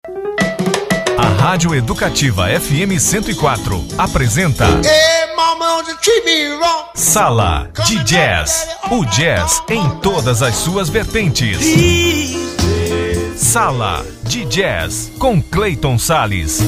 A Rádio Educativa FM 104 apresenta Sala de Jazz. O jazz em todas as suas vertentes. Sala de Jazz com Clayton Salles.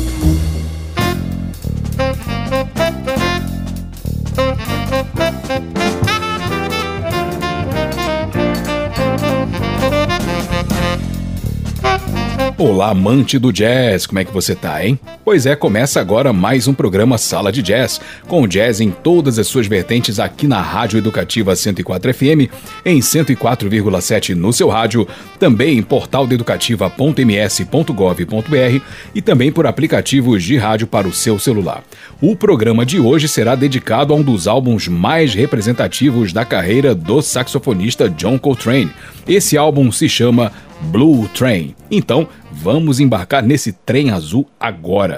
Olá, amante do jazz, como é que você tá, hein? Pois é, começa agora mais um programa Sala de Jazz, com jazz em todas as suas vertentes aqui na Rádio Educativa 104 FM, em 104,7 no seu rádio, também em portaldeeducativa.ms.gov.br e também por aplicativos de rádio para o seu celular. O programa de hoje será dedicado a um dos álbuns mais representativos da carreira do saxofonista John Coltrane. Esse álbum se chama Blue Train. Então, vamos embarcar nesse trem azul agora.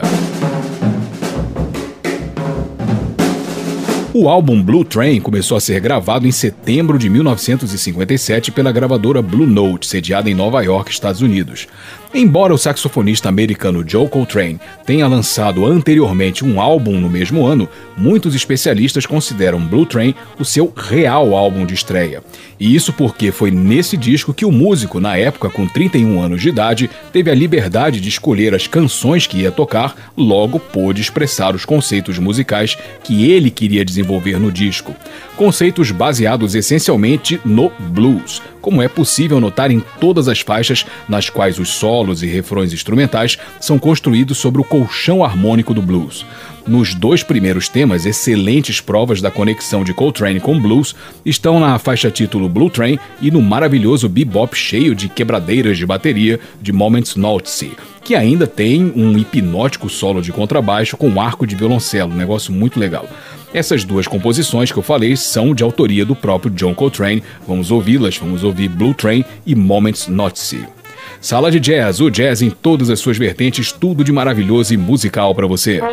O álbum Blue Train começou a ser gravado em setembro de 1957 pela gravadora Blue Note, sediada em Nova York, Estados Unidos. Embora o saxofonista americano Joe Coltrane tenha lançado anteriormente um álbum no mesmo ano, muitos especialistas consideram Blue Train o seu real álbum de estreia. E isso porque foi nesse disco que o músico, na época com 31 anos de idade, teve a liberdade de escolher as canções que ia tocar, logo pôde expressar os conceitos musicais que ele queria desenvolver no disco. Conceitos baseados essencialmente no blues, como é possível notar em todas as faixas nas quais os solos e refrões instrumentais são construídos sobre o colchão harmônico do blues. Nos dois primeiros temas, excelentes provas da conexão de Coltrane com blues estão na faixa título Blue Train e no maravilhoso bebop cheio de quebradeiras de bateria de Moments Notice, que ainda tem um hipnótico solo de contrabaixo com arco de violoncelo, um negócio muito legal. Essas duas composições que eu falei são de autoria do próprio John Coltrane. Vamos ouvi-las, vamos ouvir Blue Train e Moments Notice. Sala de Jazz, o jazz em todas as suas vertentes, tudo de maravilhoso e musical para você.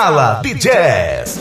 Sala de Jazz.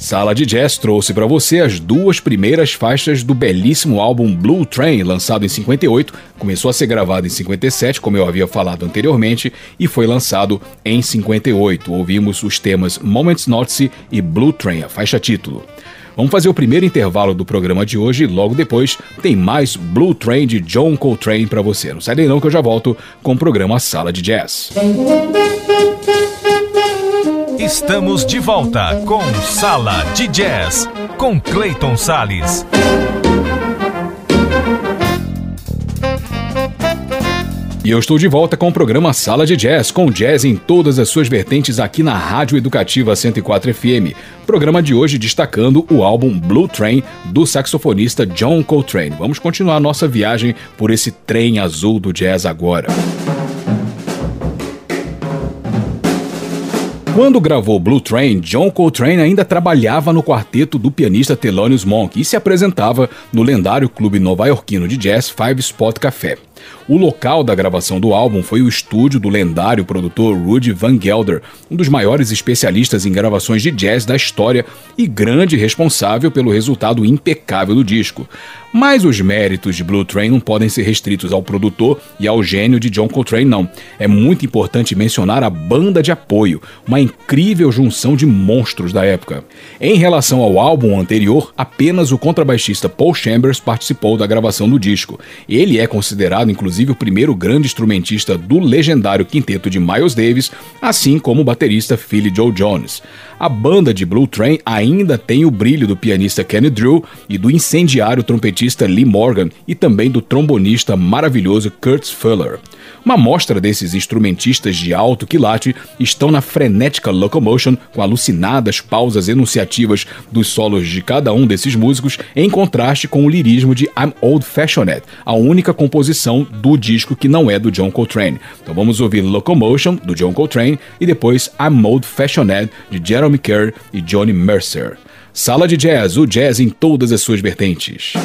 Sala de Jazz trouxe para você as duas primeiras faixas do belíssimo álbum Blue Train, lançado em 58, começou a ser gravado em 57, como eu havia falado anteriormente, e foi lançado em 58. Ouvimos os temas Moments Notice e Blue Train, a faixa título. Vamos fazer o primeiro intervalo do programa de hoje e logo depois tem mais Blue Train de John Coltrane para você. Não sai daí não que eu já volto com o programa Sala de Jazz. Estamos de volta com Sala de Jazz, com Clayton Salles. E eu estou de volta com o programa Sala de Jazz, com jazz em todas as suas vertentes aqui na Rádio Educativa 104 FM. Programa de hoje destacando o álbum Blue Train do saxofonista John Coltrane. Vamos continuar nossa viagem por esse trem azul do jazz agora. Quando gravou Blue Train, John Coltrane ainda trabalhava no quarteto do pianista Thelonious Monk e se apresentava no lendário clube nova-iorquino de jazz Five Spot Café. O local da gravação do álbum foi o estúdio do lendário produtor Rudy Van Gelder, um dos maiores especialistas em gravações de jazz da história e grande responsável pelo resultado impecável do disco. Mas os méritos de Blue Train não podem ser restritos ao produtor e ao gênio de John Coltrane, não. É muito importante mencionar a banda de apoio, uma incrível junção de monstros da época. Em relação ao álbum anterior, apenas o contrabaixista Paul Chambers participou da gravação do disco. Ele é considerado, inclusive, o primeiro grande instrumentista do legendário quinteto de Miles Davis, assim como o baterista Philly Joe Jones. A banda de Blue Train ainda tem o brilho do pianista Kenny Drew e do incendiário trompetista Lee Morgan e também do trombonista maravilhoso Kurt Fuller. Uma amostra desses instrumentistas de alto quilate estão na frenética Locomotion, com alucinadas pausas enunciativas dos solos de cada um desses músicos, em contraste com o lirismo de I'm Old Fashioned, a única composição do disco que não é do John Coltrane. Então vamos ouvir Locomotion, do John Coltrane, e depois I'm Old Fashioned, de Jeremy Kerr e Johnny Mercer. Sala de Jazz, o jazz em todas as suas vertentes.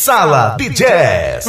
Sala de Jazz.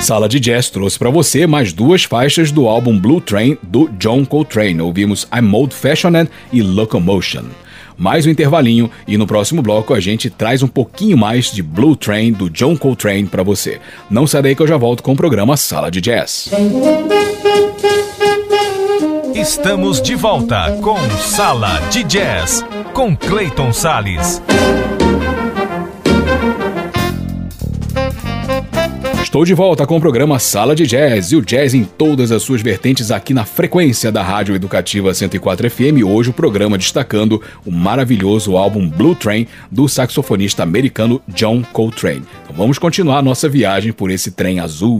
Sala de Jazz trouxe para você mais duas faixas do álbum Blue Train do John Coltrane. Ouvimos I'm Old Fashioned e Locomotion. Mais um intervalinho e no próximo bloco a gente traz um pouquinho mais de Blue Train do John Coltrane para você. Não sai daí que eu já volto com o programa Sala de Jazz. Estamos de volta com Sala de Jazz com Clayton Salles. Estou de volta com o programa Sala de Jazz e o jazz em todas as suas vertentes aqui na frequência da Rádio Educativa 104 FM. Hoje o programa destacando o maravilhoso álbum Blue Train do saxofonista americano John Coltrane. Então vamos continuar a nossa viagem por esse trem azul.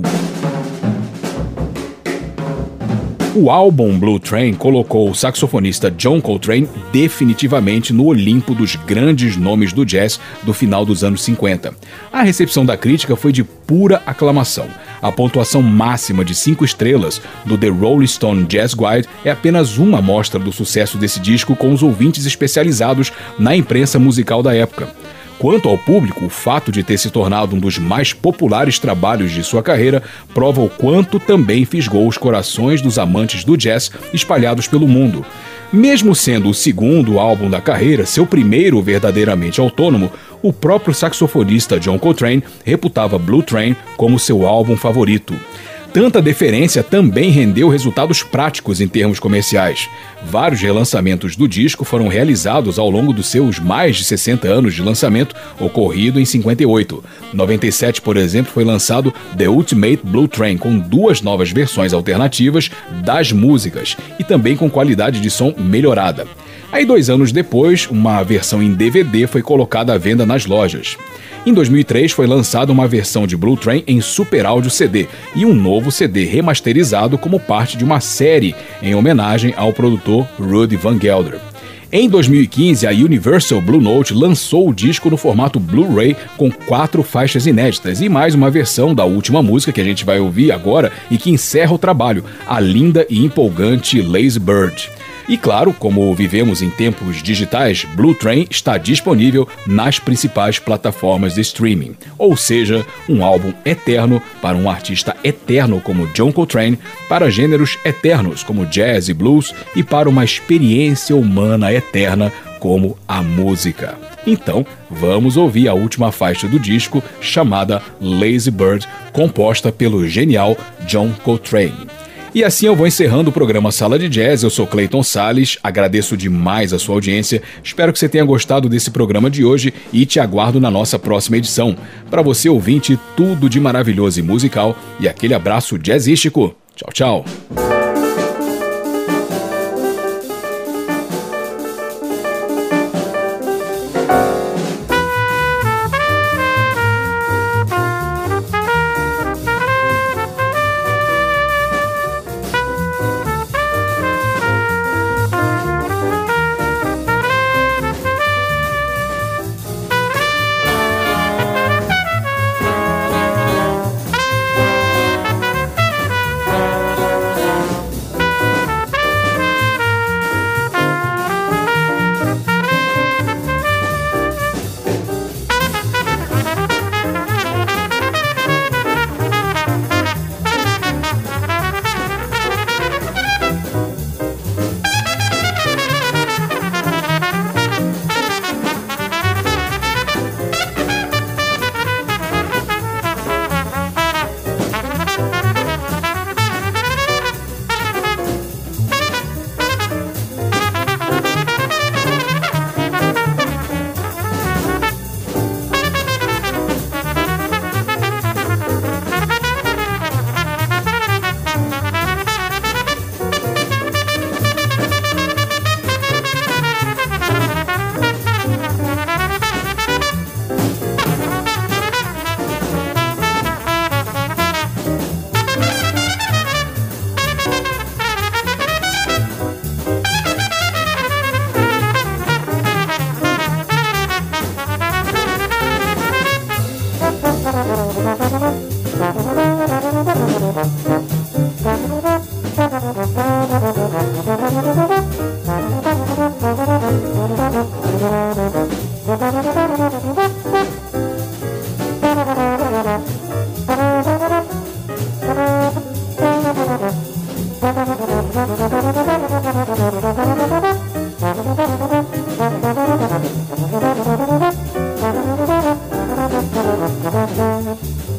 O álbum Blue Train colocou o saxofonista John Coltrane definitivamente no Olimpo dos grandes nomes do jazz do final dos anos 50. A recepção da crítica foi de pura aclamação. A pontuação máxima de 5 estrelas do The Rolling Stone Jazz Guide é apenas uma amostra do sucesso desse disco com os ouvintes especializados na imprensa musical da época. Quanto ao público, o fato de ter se tornado um dos mais populares trabalhos de sua carreira prova o quanto também fisgou os corações dos amantes do jazz espalhados pelo mundo. Mesmo sendo o segundo álbum da carreira, seu primeiro verdadeiramente autônomo, o próprio saxofonista John Coltrane reputava Blue Train como seu álbum favorito. Tanta deferência também rendeu resultados práticos em termos comerciais. Vários relançamentos do disco foram realizados ao longo dos seus mais de 60 anos de lançamento, ocorrido em 58. Em 97, por exemplo, foi lançado The Ultimate Blue Train, com 2 novas versões alternativas das músicas e também com qualidade de som melhorada. Aí 2 anos depois, uma versão em DVD foi colocada à venda nas lojas. Em 2003 foi lançada uma versão de Blue Train em Super Áudio CD e um novo CD remasterizado como parte de uma série em homenagem ao produtor Rudy Van Gelder. Em 2015, a Universal Blue Note lançou o disco no formato Blu-ray com 4 faixas inéditas e mais uma versão da última música que a gente vai ouvir agora e que encerra o trabalho, a linda e empolgante Lazy Bird. E claro, como vivemos em tempos digitais, Blue Train está disponível nas principais plataformas de streaming. Ou seja, um álbum eterno para um artista eterno como John Coltrane, para gêneros eternos como jazz e blues e para uma experiência humana eterna como a música. Então, vamos ouvir a última faixa do disco, chamada Lazy Bird, composta pelo genial John Coltrane. E assim eu vou encerrando o programa Sala de Jazz. Eu sou Clayton Salles, agradeço demais a sua audiência, espero que você tenha gostado desse programa de hoje e te aguardo na nossa próxima edição. Para você ouvinte, tudo de maravilhoso e musical e aquele abraço jazzístico. Tchau, tchau.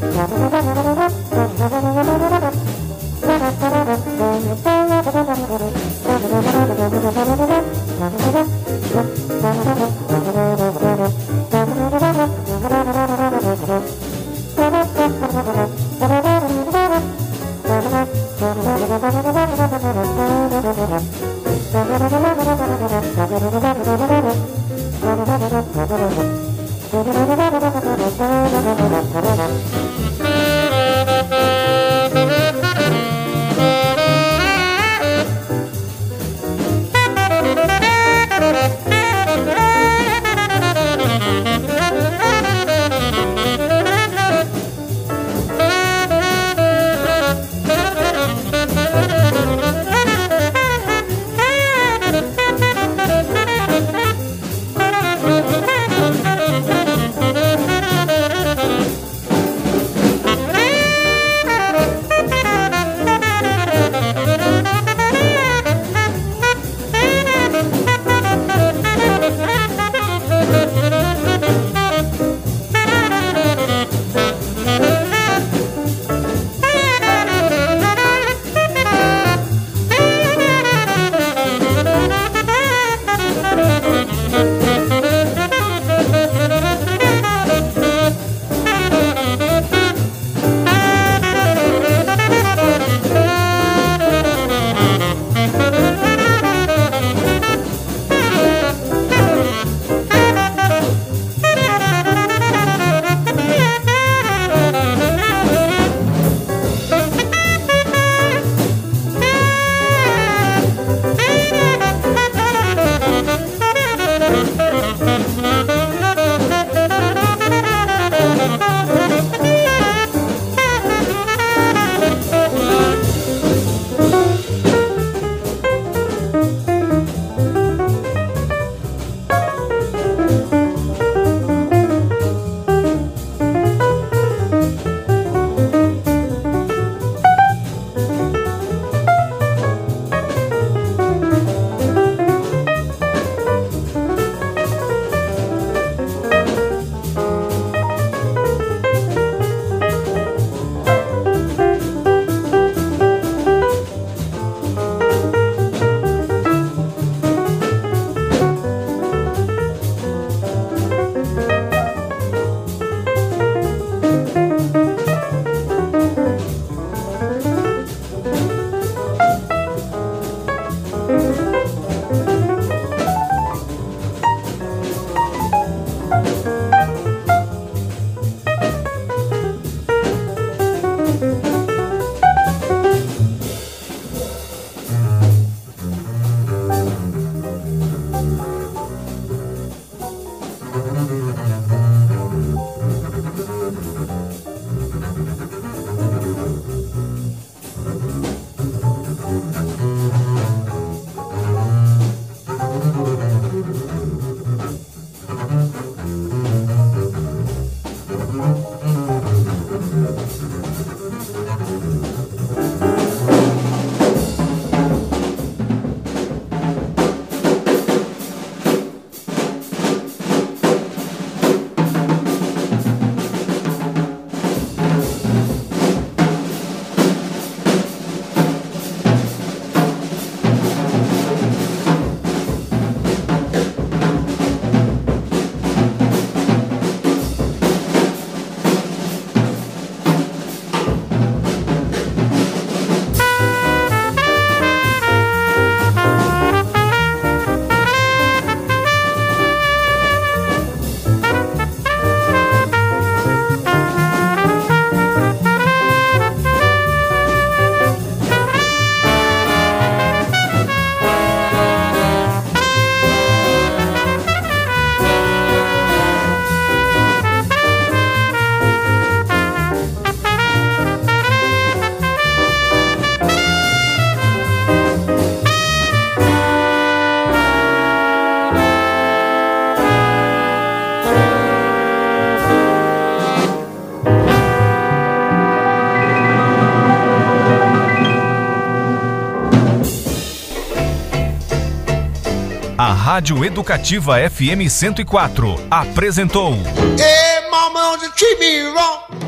A Rádio Educativa FM 104 apresentou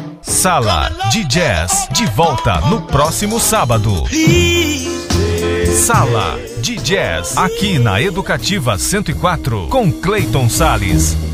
Sala de Jazz, de volta no próximo sábado. Sala de Jazz, aqui na Educativa 104, com Cleiton Salles.